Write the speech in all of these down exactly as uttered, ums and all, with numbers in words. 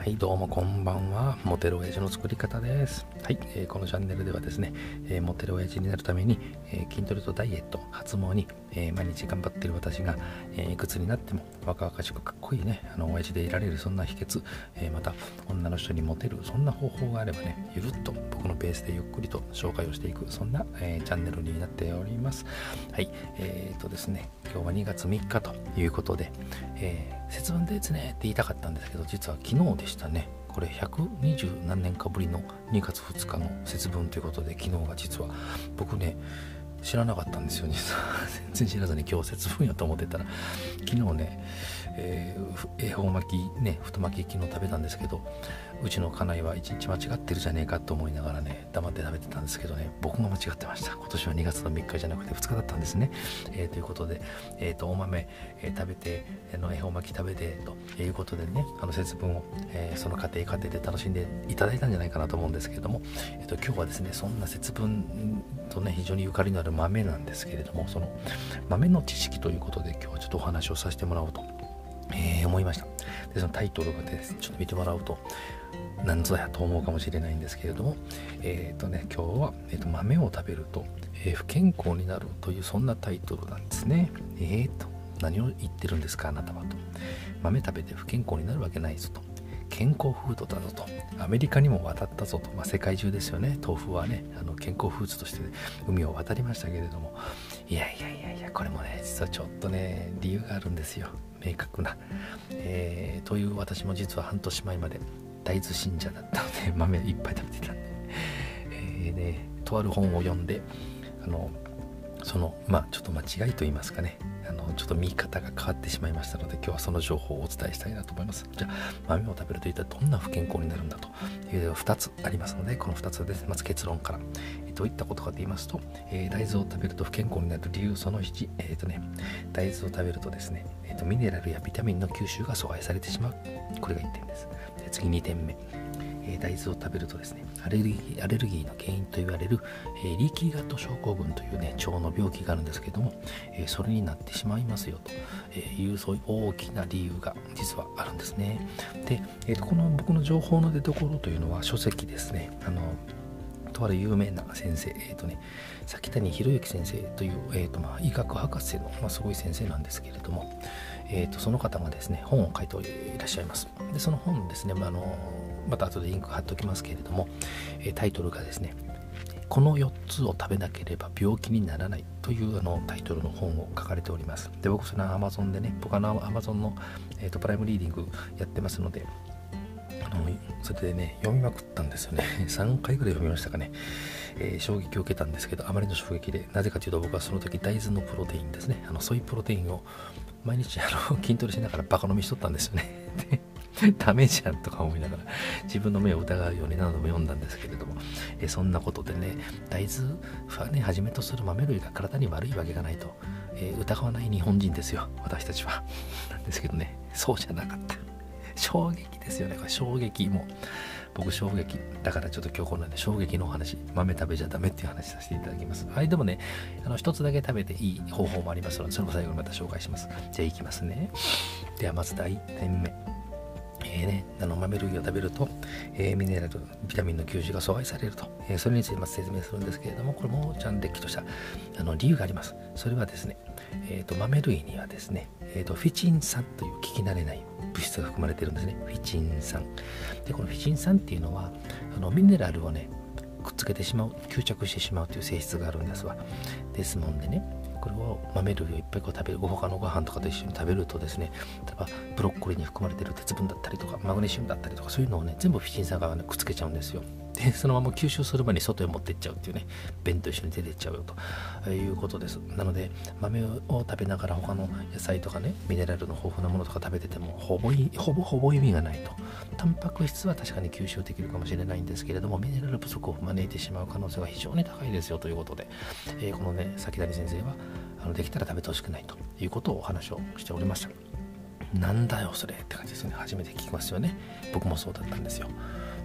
はい、どうもこんばんは。モテる親父の作り方です。はい、えー、このチャンネルではですね、えー、モテる親父になるために、えー、筋トレとダイエット、発毛に、えー、毎日頑張っている私が、えー、いくつになっても若々しくかっこいいね、あの親父でいられるそんな秘訣、えー、また女の人にモテるそんな方法があればね、ゆるっと僕のペースでゆっくりと紹介をしていくそんな、えー、チャンネルになっております。はい、えーとですね、今日はにがつみっかということで、えー、節分ですねって言いたかったんですけど、実は昨日でしたね。これひゃくにじゅうなんねんかぶりのにがつふつかの節分ということで、昨日が実は僕ね知らなかったんですよ。実は全然知らずに今日節分やと思ってたら、昨日ね、えー、恵方巻きね太巻き昨日食べたんですけど、うちの家内はいちにち間違ってるじゃねえかと思いながらね黙って食べてたんですけどね、僕が間違ってました。今年はにがつのみっかじゃなくてふつかだったんですね。えー、ということで、えー、とお豆、えー、食べてあの恵方巻き食べてということでね、あの節分を、えー、その家庭家庭で楽しんでいただいたんじゃないかなと思うんですけれども、えー、と今日はですねそんな節分とね非常にゆかりのある豆なんですけれども、その豆の知識ということで今日はちょっとお話をさせてもらおうと、えー、思いました。でそのタイトルがですねちょっと見てもらうと何ぞやと思うかもしれないんですけれども、えっ、ー、とね今日は、えー、と豆を食べると、えー、不健康になるというそんなタイトルなんですね。えーと何を言ってるんですかあなたはと。豆食べて不健康になるわけないぞと。健康フードだぞと。アメリカにも渡ったぞと。まあ、世界中ですよね。豆腐はねあの健康フードとして海を渡りましたけれども、いやいやいやいやこれもね実はちょっとね理由があるんですよ。明確な、えー、という私も実は半年前まで大豆信者だったので豆いっぱい食べてたんで、えーね、とある本を読んであのそのまあちょっと間違いと言いますかね、あのちょっと見方が変わってしまいましたので、今日はその情報をお伝えしたいなと思います。じゃあ豆を食べるといったらどんな不健康になるんだというのがふたつありますので、このふたつです。まず結論から、えー、どういったことかと言いますと、えー、大豆を食べると不健康になる理由そのいち、えーとね、大豆を食べるとですね、えーとミネラルやビタミンの吸収が阻害されてしまう。これがいってんです。で次にてんめ、えー、大豆を食べるとですねアレルギー、アレルギーの原因と言われる、えー、リーキーガット症候群というね腸の病気があるんですけども、えー、それになってしまいますよというそういう大きな理由が実はあるんですね。で、えーと、この僕の情報の出所というのは書籍ですね。あのとある有名な先生、えーとね、崎谷博之先生という、えーとまあ、医学博士の、まあ、すごい先生なんですけれども、えーとその方がですね本を書いていらっしゃいます。でその本ですね、まあ、あのまた後でリンク貼っておきますけれども、えー、タイトルがですねこのよっつを食べなければ病気にならないというあのタイトルの本を書かれております。で僕それは Amazon でね、僕は Amazon の、えーとプライムリーディングやってますので、あのそれでね読みまくったんですよね。さんかいぐらい読みましたかね。えー、衝撃を受けたんですけど、あまりの衝撃で、なぜかというと僕はその時大豆のプロテインですね、あのソイプロテインを毎日あの筋トレしながらバカ飲みしとったんですよね。でダメじゃんとか思いながら自分の目を疑うように何度も読んだんですけれども、えそんなことでね大豆はねはじめとする豆類が体に悪いわけがないと、えー、疑わない日本人ですよ私たちは。なんですけどね、そうじゃなかった。衝撃ですよね。これ衝撃、もう僕衝撃だから、ちょっと今日このね衝撃のお話、豆食べちゃダメっていう話させていただきます。はい、でもねあの一つだけ食べていい方法もありますので、それも最後にまた紹介します。じゃあいきますね。ではまずだいいってんめ、えーね、あの豆類を食べると、えー、ミネラルビタミンの吸収が阻害されると、えー、それについてまず説明するんですけれども、これもちゃんとれっきとしたあの理由があります。それはですね、えー、と豆類にはですね、えー、とフィチン酸という聞き慣れない物質が含まれているんですね。フィチン酸で、このフィチン酸っていうのはあのミネラルをねくっつけてしまう、吸着してしまうという性質があるんですわ。ですもんでね、これを豆類をいっぱいこう食べる、他のご飯とかと一緒に食べるとですね、例えばブロッコリーに含まれている鉄分だったりとかマグネシウムだったりとか、そういうのをね全部フィチン酸が、ね、くっつけちゃうんですよ。でそのまま吸収する前に外へ持っていっちゃうっていうね、便と一緒に出ていっちゃうよということです。なので豆を食べながら他の野菜とかねミネラルの豊富なものとか食べててもほぼほぼほぼ意味がないと。タンパク質は確かに吸収できるかもしれないんですけれども、ミネラル不足を招いてしまう可能性が非常に高いですよということで、えー、このね崎谷先生はあのできたら食べてほしくないということをお話をしておりました。なんだよそれって感じですね。初めて聞きますよね。僕もそうだったんですよ。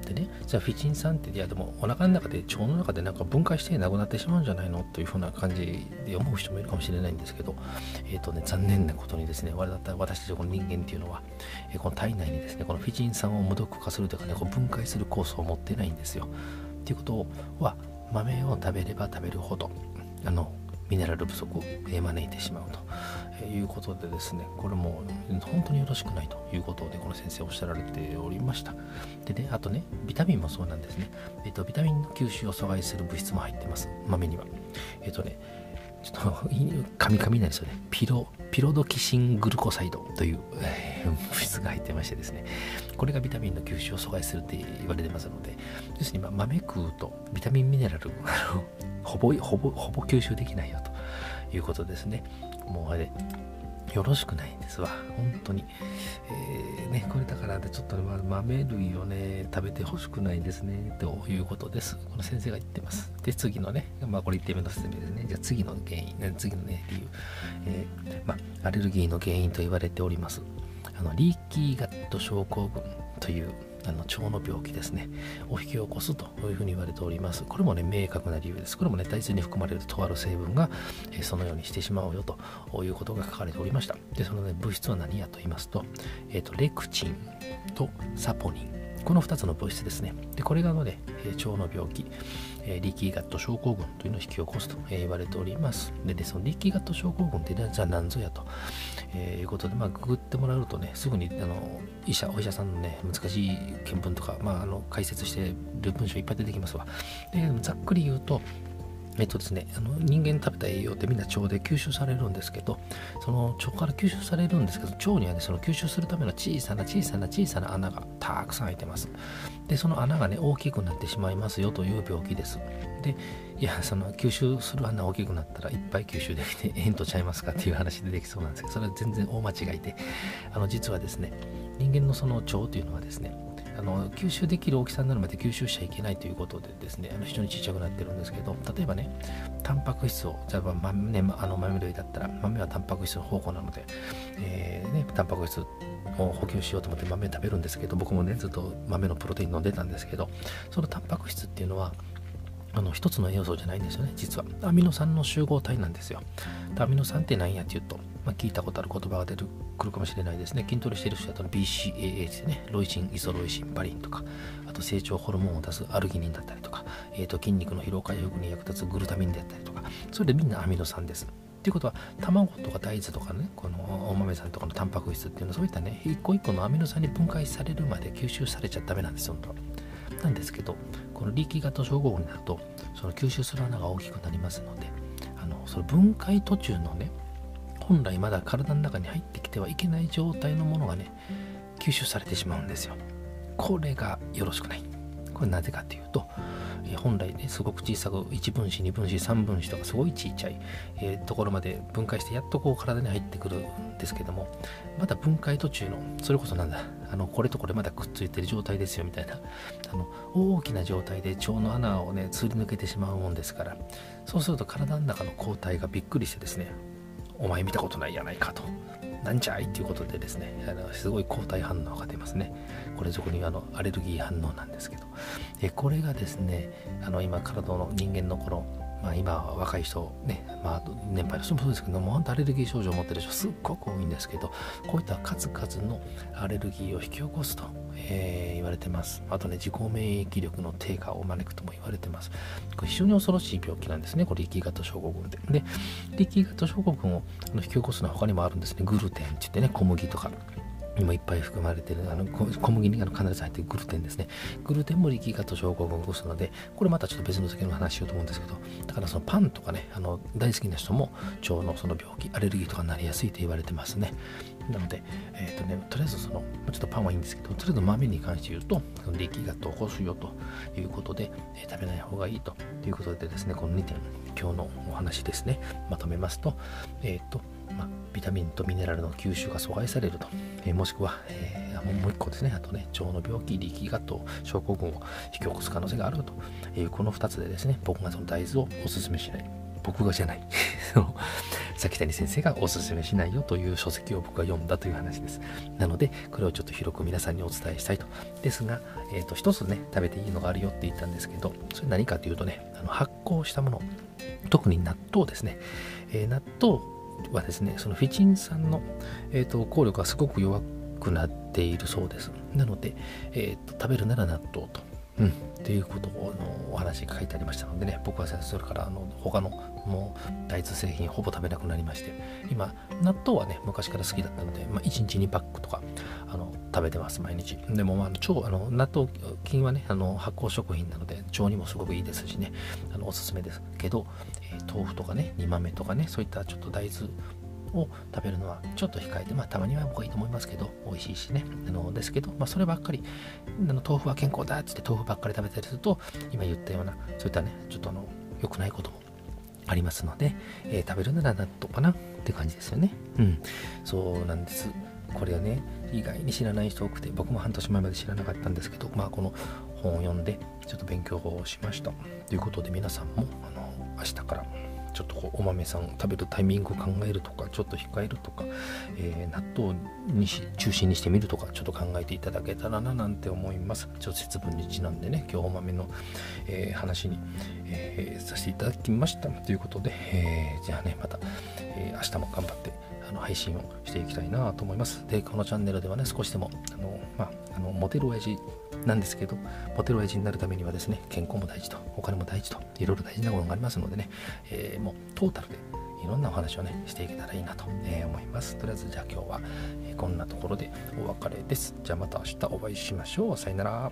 でね、じゃあフィチン酸っていやでもお腹の中で腸の中でなんか分解してなくなってしまうんじゃないのというふうな感じで思う人もいるかもしれないんですけど、えっとね残念なことにですね、我々私たちこの人間っていうのは、えー、この体内にですねこのフィチン酸を無毒化するというかね、こう分解する酵素を持ってないんですよ。っていうことは豆を食べれば食べるほどあのミネラル不足を招いてしまうということでですね、これも本当によろしくないということでこの先生おっしゃられておりました。でね、あとねビタミンもそうなんですね。えっとビタミンの吸収を阻害する物質も入ってます、豆には。えっとねちょっとカミカミなんですよね。ピロピロドキシングルコサイドという、えー、物質が入ってましてですね、これがビタミンの吸収を阻害するって言われてますので、要するに豆食うとビタミンミネラルほぼほぼほぼ吸収できないよということですね。もうあれよろしくないんですわ本当に、えー、ねこれだからちょっと、ね、豆類をね食べてほしくないんですねということです。この先生が言ってます。で次のね、まあこれいってんめの説明ですね。じゃあ次の原因、ね、次のね理由、えー、まあアレルギーの原因と言われておりますあのリーキーガット症候群というあの腸の病気ですねを引き起こすというふうに言われております。これもね明確な理由です。これもね大豆に含まれるとある成分が、えー、そのようにしてしまうよということが書かれておりました。でその、ね、物質は何やと言いますと、えーと、レクチンとサポニン、このふたつの物質ですね。でこれがのね腸の病気、えー、リーキーガット症候群というのを引き起こすと、えー、言われております。で、でそのリーキーガット症候群ってじゃあ何ぞやと、えー、いうことで、まあ、ググってもらうとねすぐにあの医者お医者さんのね難しい見聞とか、まあ、あの解説してる文章いっぱい出てきますわ。でざっくり言うとえっとですね、あの人間食べた栄養ってみんな腸で吸収されるんですけど、その腸から吸収されるんですけど、腸にはねその吸収するための小さな小さな小さな穴がたくさん開いてます。でその穴がね大きくなってしまいますよという病気です。でいやその吸収する穴大きくなったらいっぱい吸収できてええんとちゃいますかっていう話でできそうなんですけど、それは全然大間違いで、あの実はですね人間のその腸というのはですねあの吸収できる大きさになるまで吸収しちゃいけないということでですね、あの非常にちっちゃくなってるんですけど、例えばねタンパク質を例えば豆、ね、あの豆類だったら豆はタンパク質の宝庫なので、えーね、タンパク質を補給しようと思って豆食べるんですけど、僕もねずっと豆のプロテイン飲んでたんですけど、そのタンパク質っていうのはあの一つの栄養素じゃないんですよね。実はアミノ酸の集合体なんですよ。アミノ酸って何やっていうと、まあ、聞いたことある言葉が出てくるかもしれないですね。筋トレしている人だと ビーシーエーエー ですね、ロイシン、イソロイシン、バリンとか、あと成長ホルモンを出すアルギニンだったりとか、えー、と筋肉の疲労回復に役立つグルタミンであったりとか、それでみんなアミノ酸です。ということは卵とか大豆とかね、このお豆さんとかのタンパク質っていうのはそういったね一個一個のアミノ酸に分解されるまで吸収されちゃダメなんですよ。本当はなんですけど、このリーキーガット症候群になるとその吸収する穴が大きくなりますので、あのその分解途中のね本来まだ体の中に入ってきてはいけない状態のものがね吸収されてしまうんですよ。これがよろしくない。これなぜかというと、えー、本来ねすごく小さくいちぶん子にぶん子さんぶん子とかすごいちっちゃい、えー、ところまで分解してやっとこう体に入ってくるんですけども、まだ分解途中のそれこそなんだあのこれとこれまだくっついてる状態ですよみたいな、あの大きな状態で腸の穴をね通り抜けてしまうもんですから、そうすると体の中の抗体がびっくりしてですね、お前見たことないやないかと、なんじゃいっていうことでですね、あのすごい抗体反応が出ますね。これそこにあのアレルギー反応なんですけど、えこれがですね、あの今体の人間のこのまあ、今は若い人ね、まあ、年配の人もそうですけども、本当アレルギー症状を持ってる人すっごく多いんですけど、こういった数々のアレルギーを引き起こすと、えー、言われてます。あとね、自己免疫力の低下を招くとも言われてます。これ非常に恐ろしい病気なんですね、これリーキーガット症候群で。で、リーキーガット症候群を引き起こすのは他にもあるんですね。グルテンって言ってね、小麦とかにもいっぱい含まれているあの小麦にあの必ず入っているグルテンですね。グルテンもリーキーガット症候群を起こすので、これまたちょっと別の時の話しようと思うんですけど、だからそのパンとかね、あの大好きな人も腸のその病気、アレルギーとかになりやすいと言われてますね。なので、えーとね、とりあえずそのちょっとパンはいいんですけど、とりあえず豆に関して言うとそのリーキーガットを起こすよということで、えー、食べない方がいいということでですね、このにてん今日のお話ですね、まとめますと、えっ、ー、とまあ、ビタミンとミネラルの吸収が阻害されると、えー、もしくは、えー、もう一個ですね、あとね、腸の病気、リーキーガット症候群を引き起こす可能性があるというこのふたつでですね、僕がその大豆をおすすめしない。僕がじゃない。 崎谷先生がおすすめしないよという書籍を僕が読んだという話です。なのでこれをちょっと広く皆さんにお伝えしたいと。ですが、えー、と一つね食べていいのがあるよって言ったんですけど、それ何かというとね、あの発酵したもの、特に納豆ですね、えー、納豆はですね、そのフィチン酸の、えー、と効力がすごく弱くなっているそうです。なので、えー、と食べるなら納豆と、うん、っていうことのお話が書いてありましたのでね、僕はそれからあの他のもう大豆製品ほぼ食べなくなりまして、今納豆はね昔から好きだったので、まあ、いちにちにパックとかあの食べてます、毎日。でも、まあ、腸あの納豆菌はねあの発酵食品なので腸にもすごくいいですしね、あのおすすめですけど、えー、豆腐とかね煮豆とかね、そういったちょっと大豆を食べるのはちょっと控えて、まあたまには僕はいいと思いますけど、美味しいしね、あのですけど、まあそればっかり、あの豆腐は健康だって言って豆腐ばっかり食べたりすると、今言ったようなそういったねちょっとあの良くないこともありますので、えー、食べるなら納豆かなって感じですよね。うん、そうなんです。これはね意外に知らない人多くて、僕も半年前まで知らなかったんですけど、まあこの本を読んでちょっと勉強をしましたということで、皆さんもあの明日からちょっとこうお豆さん食べるタイミングを考えるとか、ちょっと控えるとか、えー、納豆にし中心にしてみるとか、ちょっと考えていただけたらななんて思います。ちょっと節分にちなんでね、今日お豆の、えー、話に、えー、させていただきましたということで、えー、じゃあねまた、えー、明日も頑張ってあの配信をしていきたいなと思います。でこのチャンネルではね、少しでもあの、まあ、あのモテる親父なんですけど、モテる親父になるためにはですね、健康も大事とお金も大事といろいろ大事なことがありますのでね、えー、もうトータルでいろんなお話をねしていけたらいいなと、えー、思います。とりあえずじゃあ今日は、えー、こんなところでお別れです。じゃあまた明日お会いしましょう。さよなら。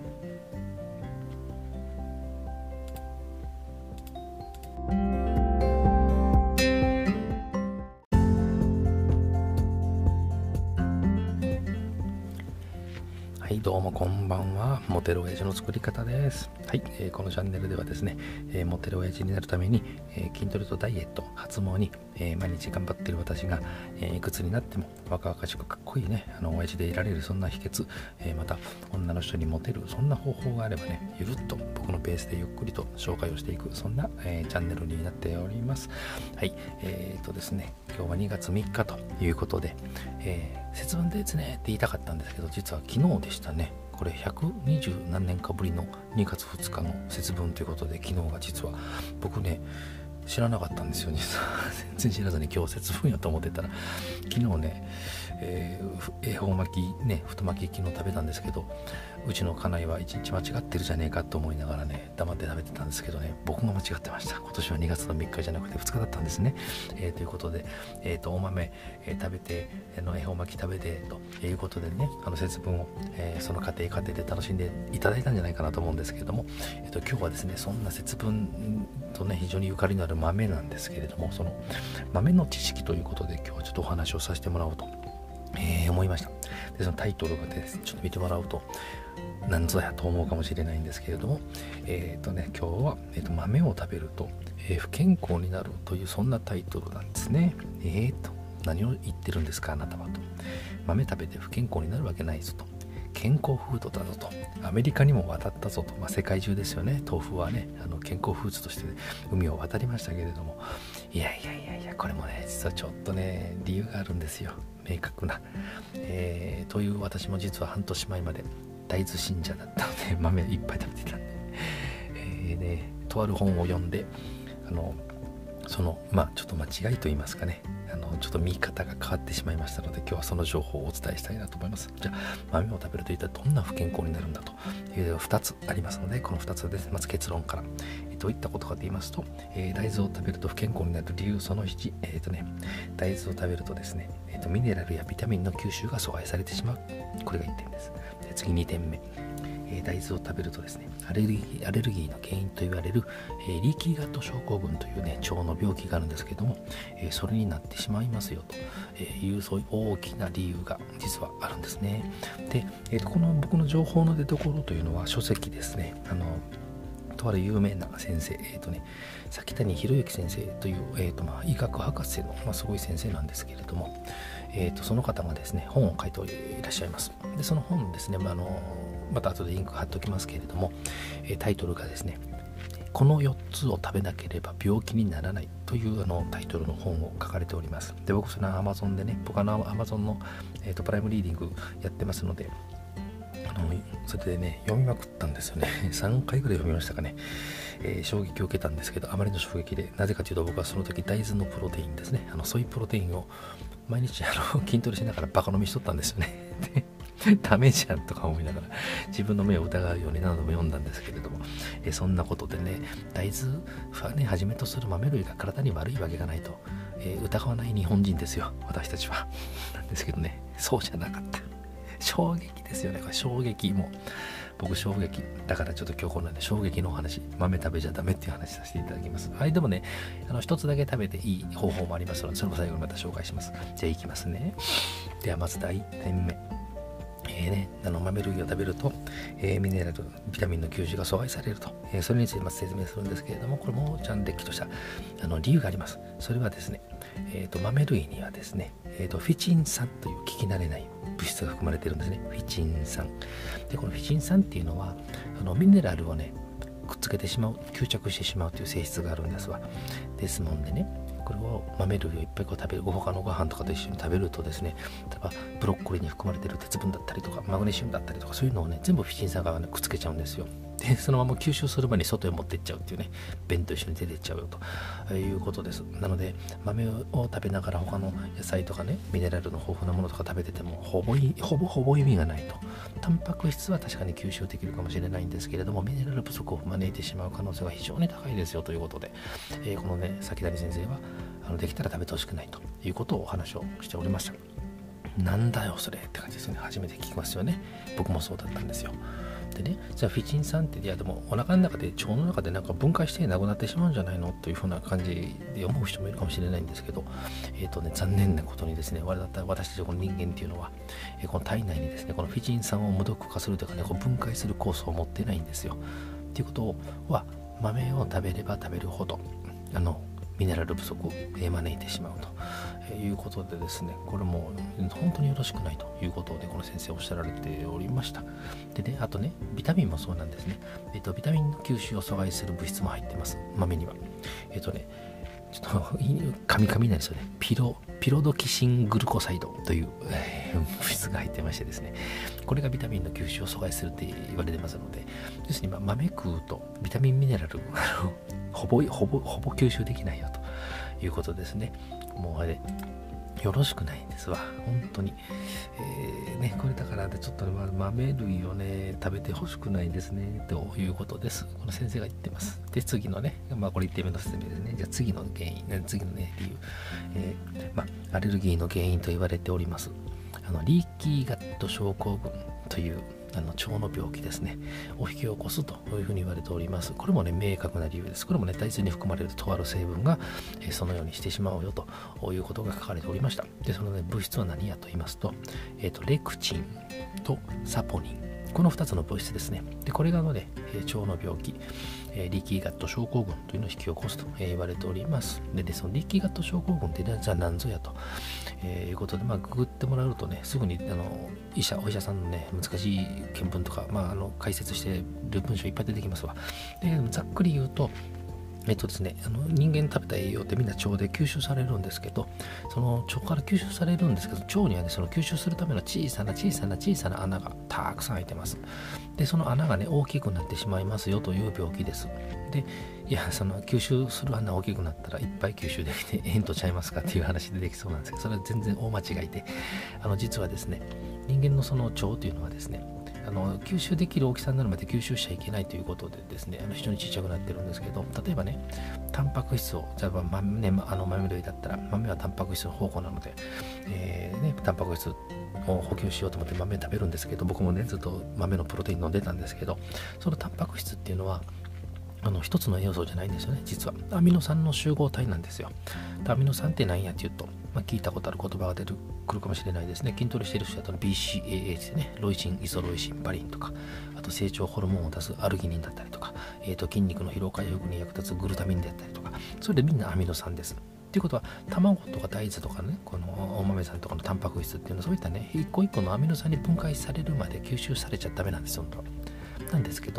はい、どうもこんばんは。モテる親父の作り方です。はい、えー、このチャンネルではですね、えー、モテる親父になるために、えー、筋トレとダイエット、発毛に、えー、毎日頑張っている私が、えー、いくつになっても若々しくかっこいいね、あの親父でいられる、そんな秘訣、えー、また女の人にモテる、そんな方法があればね、ゆるっと僕のペースでゆっくりと紹介をしていく、そんな、えー、チャンネルになっております。はい、えーとですね、今日はにがつみっかということで、えー、節分ですねって言いたかったんですけど、実は昨日でしたね。これひゃくにじゅうなんねんかぶりのにがつふつかの節分ということで、昨日が実は僕ね知らなかったんですよ。実は全然知らずに今日節分やと思ってたら、昨日ね、えー、恵方巻きね太巻き昨日食べたんですけど、うちの家内はいちにち間違ってるじゃねえかと思いながらね黙って食べてたんですけどね、僕が間違ってました。今年はにがつのみっかじゃなくてふつかだったんですね。えー、ということで、えー、とお豆、えー、食べてあの恵方巻き食べてということでね、あの節分を、えー、その家庭家庭で楽しんでいただいたんじゃないかなと思うんですけれども、えー、と今日はですねそんな節分とね非常にゆかりのある豆なんですけれども、その豆の知識ということで今日はちょっとお話をさせてもらおうと、えー、思いました。でそのタイトルがですねちょっと見てもらうと何ぞやと思うかもしれないんですけれども、えっ、ー、とね今日は、えー、と豆を食べると、えー、不健康になるというそんなタイトルなんですね。えーと何を言ってるんですかあなたはと。豆食べて不健康になるわけないぞと。健康フードだぞと。アメリカにも渡ったぞと。まあ、世界中ですよね。豆腐はねあの健康フードとして海を渡りましたけれども、いやいやいやいやこれもね実はちょっとね理由があるんですよ、明確な。えー、という私も実は半年前まで大豆信者だったので豆いっぱい食べてたんで、えーね、とある本を読んであのそのまあちょっと間違いと言いますかね、あのちょっと見方が変わってしまいましたので、今日はその情報をお伝えしたいなと思います。じゃあ豆を食べるといったらどんな不健康になるんだというのがふたつありますので、このふたつです。まず結論から、えー、どういったことかと言いますと、えー、大豆を食べると不健康になる理由そのいち、えーとね、大豆を食べるとですね、えーとミネラルやビタミンの吸収が阻害されてしまう、これがいってんです。で次にてんめ、えー、大豆を食べるとですねアレルギー、アレルギーの原因と言われる、えー、リーキーガット症候群というね腸の病気があるんですけども、えー、それになってしまいますよというそういう大きな理由が実はあるんですね。で、えーと、この僕の情報の出所というのは書籍ですね。あのとある有名な先生、えーとね、崎谷博之先生という、えーとまあ、医学博士の、まあ、すごい先生なんですけれども、えーとその方がですね本を書いていらっしゃいます。でその本ですね、まあ、あのまた後でリンク貼っておきますけれども、えー、タイトルがですねこのよっつを食べなければ病気にならないというあのタイトルの本を書かれております。で、僕その Amazon でね、僕あの Amazon の、えーと、プライムリーディングやってますので、あのそれでね読みまくったんですよね。さんかいぐらい読みましたかね。えー、衝撃を受けたんですけど、あまりの衝撃で、なぜかというと僕はその時大豆のプロテインですね、あのソイプロテインを毎日あの筋トレしながらバカ飲みしとったんですよね。でダメじゃんとか思いながら自分の目を疑うように何度も読んだんですけれども、えー、そんなことでね、大豆はねはじめとする豆類が体に悪いわけがないと、えー、疑わない日本人ですよ、私たちは。なんですけどね、そうじゃなかった。衝撃ですよね、これ衝撃。もう僕衝撃だから、ちょっと今日このね衝撃のお話、豆食べちゃダメっていう話させていただきます。はい、でもね、あの一つだけ食べていい方法もありますので、それも最後にまた紹介します。じゃあいきますね。ではまずだいいってんめ、えーね、あの豆類を食べると、えー、ミネラル、ビタミンの吸収が阻害されると、えー、それについてまず説明するんですけれども、これもちゃんれっきとしたあの理由があります。それはですね、えー、と豆類にはですね、えー、とフィチン酸という聞き慣れない物質が含まれているんですね。フィチン酸で、このフィチン酸っていうのはあのミネラルをねくっつけてしまう、吸着してしまうという性質があるんですわ。ですもんでね、これを豆類をいっぱいこう食べる、他のご飯とかと一緒に食べるとですね、例えばブロッコリーに含まれている鉄分だったりとかマグネシウムだったりとか、そういうのをね全部フィチン酸が、ね、くっつけちゃうんですよ。でそのまま吸収する前に外へ持っていっちゃうっていうね、便と一緒に出ていっちゃうよということです。なので豆を食べながら他の野菜とかね、ミネラルの豊富なものとか食べててもほぼほぼほぼ意味がないと。タンパク質は確かに吸収できるかもしれないんですけれども、ミネラル不足を招いてしまう可能性が非常に高いですよということで、えー、このね先谷先生はあのできたら食べてほしくないということをお話をしておりました。なんだよそれって感じですね。初めて聞きますよね。僕もそうだったんですよ。でね、じゃあフィチン酸って、いやでもお腹の中で、腸の中でなんか分解してなくなってしまうんじゃないのというふうな感じで思う人もいるかもしれないんですけど、えっとね、残念なことにですね、我々私たちこの人間っていうのは、えー、この体内にですね、このフィチン酸を無毒化するというかね、こう分解する酵素を持ってないんですよ。っていうことは、豆を食べれば食べるほど、あの、ミネラル不足を招いてしまうということでですね、これも本当によろしくないということで、この先生おっしゃられておりました。でね、あとね、ビタミンもそうなんですね。えっと、ビタミンの吸収を阻害する物質も入ってます、豆には。えっとね、ちょっとカミカミなんですよね。ピロ、ピロドキシングルコサイドという、えー、物質が入ってましてですね、これがビタミンの吸収を阻害するって言われてますので、要するに豆食うとビタミンミネラルほぼほぼほぼ吸収できないよということですね。もうあれよろしくないんですわ、本当に。えー、ね、これだからちょっと、ね、豆類をね食べてほしくないですねということです。この先生が言ってます。で、次のね、まあこれいってんめの説明ですね。じゃあ次の原因、ね、次のね理由、えー、まあアレルギーの原因と言われておりますあのリーキーガット症候群というあの腸の病気ですねを引き起こすというふうに言われております。これもね明確な理由です。これもね大豆に含まれるとある成分が、えー、そのようにしてしまうよということが書かれておりました。で、そのね物質は何やと言いますと、えーとレクチンとサポニン、このふたつの物質ですね。で、これがのね腸の病気、えー、リーキーガット症候群というのを引き起こすと、えー、言われております。で、でそのリーキーガット症候群ってじゃあ何ぞやと、えー、いうことで、まあ、ググってもらうとね、すぐにあの医者、お医者さんのね、難しい見聞とか、まあ、あの解説してる文章いっぱい出てきますわ。で、ざっくり言うと、えっとですね、あの人間食べた栄養ってみんな腸で吸収されるんですけど、その腸から吸収されるんですけど、腸にはね、その吸収するための小さな小さな小さな穴がたくさん開いてます。で、その穴がね、大きくなってしまいますよという病気です。で、いや、その吸収する穴大きくなったらいっぱい吸収できて、ええんとちゃいますかっていう話でできそうなんですけど、それは全然大間違いで、あの実はですね、人間のその腸というのはですね、あの吸収できる大きさになるまで吸収しちゃいけないということでですね、あの非常にちっちゃくなってるんですけど、例えばね、タンパク質を、例えば豆、ね、あの豆類だったら、豆はタンパク質の宝庫なので、えーね、タンパク質を補給しようと思って豆食べるんですけど、僕もね、ずっと豆のプロテイン飲んでたんですけど、そのタンパク質っていうのは、あの一つの栄養素じゃないんですよね。実はアミノ酸の集合体なんですよ。アミノ酸って何やっていうと、まあ、聞いたことある言葉が出てくるかもしれないですね。筋トレしている人だと ビーシーエーエー ですね。ロイシン、イソロイシン、バリンとか、あと成長ホルモンを出すアルギニンだったりとか、えー、と筋肉の疲労回復に役立つグルタミンであったりとか、それでみんなアミノ酸です。ということは、卵とか大豆とかね、このお豆さんとかのタンパク質っていうのは、そういったね、一個一個のアミノ酸に分解されるまで吸収されちゃダメなんですよ、本当は。なんですけど、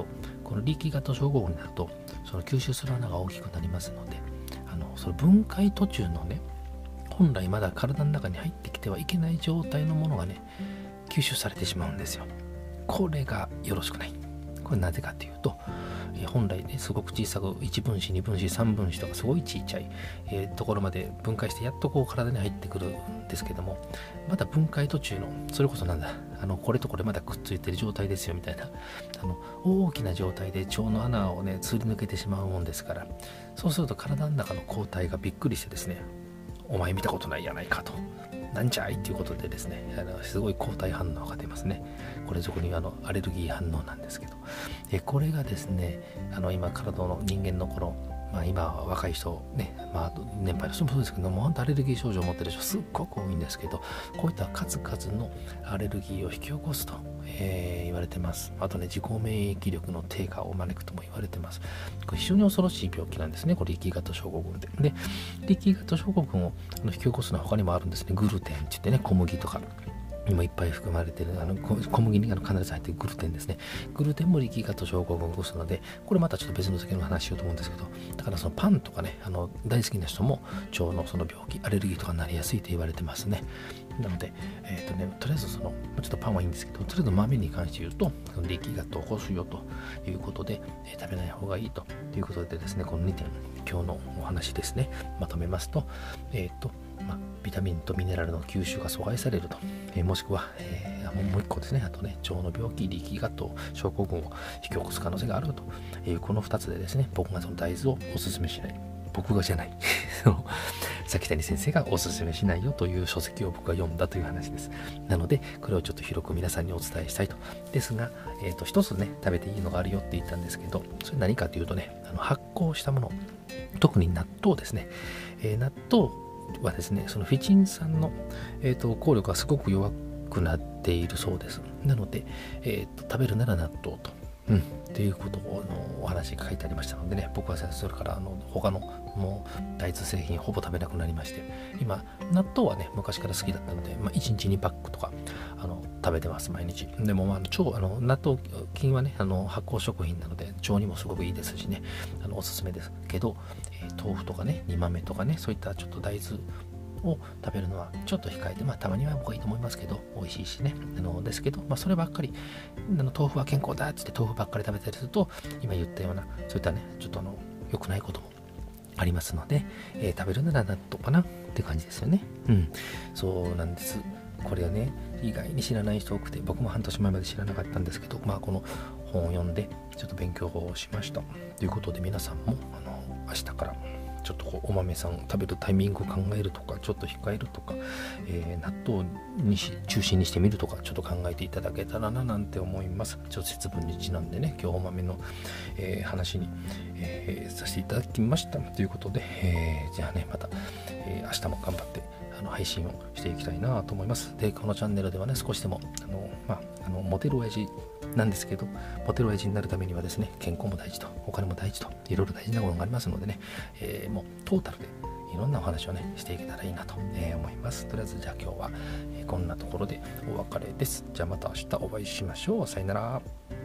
この力学症候群になるとその吸収する穴が大きくなりますので、あのその分解途中のね、本来まだ体の中に入ってきてはいけない状態のものがね吸収されてしまうんですよ。これがよろしくない。これなぜかというと、えー、本来ねすごく小さくいちぶん子にぶん子さんぶん子とかすごい小さい、えー、ところまで分解してやっとこう体に入ってくるんですけども、まだ分解途中のそれこそなんだあのこれとこれまだくっついてる状態ですよみたいな、あの大きな状態で腸の穴をね通り抜けてしまうもんですから、そうすると体の中の抗体がびっくりしてですね、お前見たことないやないかと、なんじゃいということでですね、あのすごい抗体反応が出ますね。これそこにあのアレルギー反応なんですけど、えこれがですね、あの今体の人間のこの、まあ、今は若い人ね、まあ、年配の人もそうですけども、本当アレルギー症状を持ってる人すっごく多いんですけど、こういった数々のアレルギーを引き起こすと、えー、言われてます。あとね、自己免疫力の低下を招くとも言われてます。これ非常に恐ろしい病気なんですね、これ力学症候群で。で、力学症候群を引き起こすのは他にもあるんですね。グルテンって言ってね、小麦とかにもいっぱい含まれているあの小麦にあの必ず入っているグルテンですね。グルテンも力学症候群を起こすので、これまたちょっと別の時の話しようと思うんですけど、だからそのパンとかね、あの大好きな人も腸のその病気、アレルギーとかになりやすいと言われてますね。なので、えーとね、とりあえずそのちょっとパンはいいんですけど、とりあえず豆に関して言うと力学を起こすよということで、えー、食べない方がいいということでですね、このにてん今日のお話ですね、まとめますと、えっ、ー、とまあ、ビタミンとミネラルの吸収が阻害されると、えー、もしくは、えー、もう一個ですね、あとね、腸の病気、力学症候群を引き起こす可能性があるという、このふたつでですね、僕がその大豆をおすすめしない、僕がじゃない崎谷先生がおすすめしないよという書籍を僕が読んだという話です。なのでこれをちょっと広く皆さんにお伝えしたいと。ですが、えー、と一つね食べていいのがあるよって言ったんですけど、それ何かというとね、あの発酵したもの、特に納豆ですね、えー、納豆はですね、そのフィチン酸の、えー、と効力がすごく弱くなっているそうです。なので、えー、と食べるなら納豆と、うん、っていうことのお話が書いてありましたのでね、僕はそれからあの他のもう大豆製品ほぼ食べなくなりまして、今納豆はね昔から好きだったので、まあ、いちにちにパックとかあの食べてます毎日。でも、まあ、腸あの納豆菌はねあの発酵食品なので腸にもすごくいいですしね、あのおすすめですけど、えー、豆腐とかね煮豆とかね、そういったちょっと大豆を食べるのはちょっと控えて、まあたまには僕はいいと思いますけど、美味しいしね、あのですけど、まあそればっかり、あの豆腐は健康だって言って豆腐ばっかり食べたりすると、今言ったようなそういったねちょっとあの良くないこともありますので、えー、食べるなら納豆かなって感じですよね。うん、そうなんです。これはね意外に知らない人多くて、僕も半年前まで知らなかったんですけど、まあこの本を読んでちょっと勉強をしましたということで、皆さんもあの明日からちょっとこうお豆さん食べるタイミングを考えるとか、ちょっと控えるとか、えー、納豆にし中心にしてみるとか、ちょっと考えていただけたらななんて思います。ちょっと節分にちなんでね、今日お豆の、えー、話に、えー、させていただきましたということで、えー、じゃあねまた、えー、明日も頑張ってあの配信をしていきたいなと思います。でこのチャンネルではね、少しでもあの、まあ、あのモテる親父なんですけど、モテる親父になるためにはですね、健康も大事とお金も大事といろいろ大事なことがありますのでね、えー、もうトータルでいろんなお話をねしていけたらいいなと、えー、思います。とりあえずじゃあ今日は、えー、こんなところでお別れです。じゃあまた明日お会いしましょう。さよなら。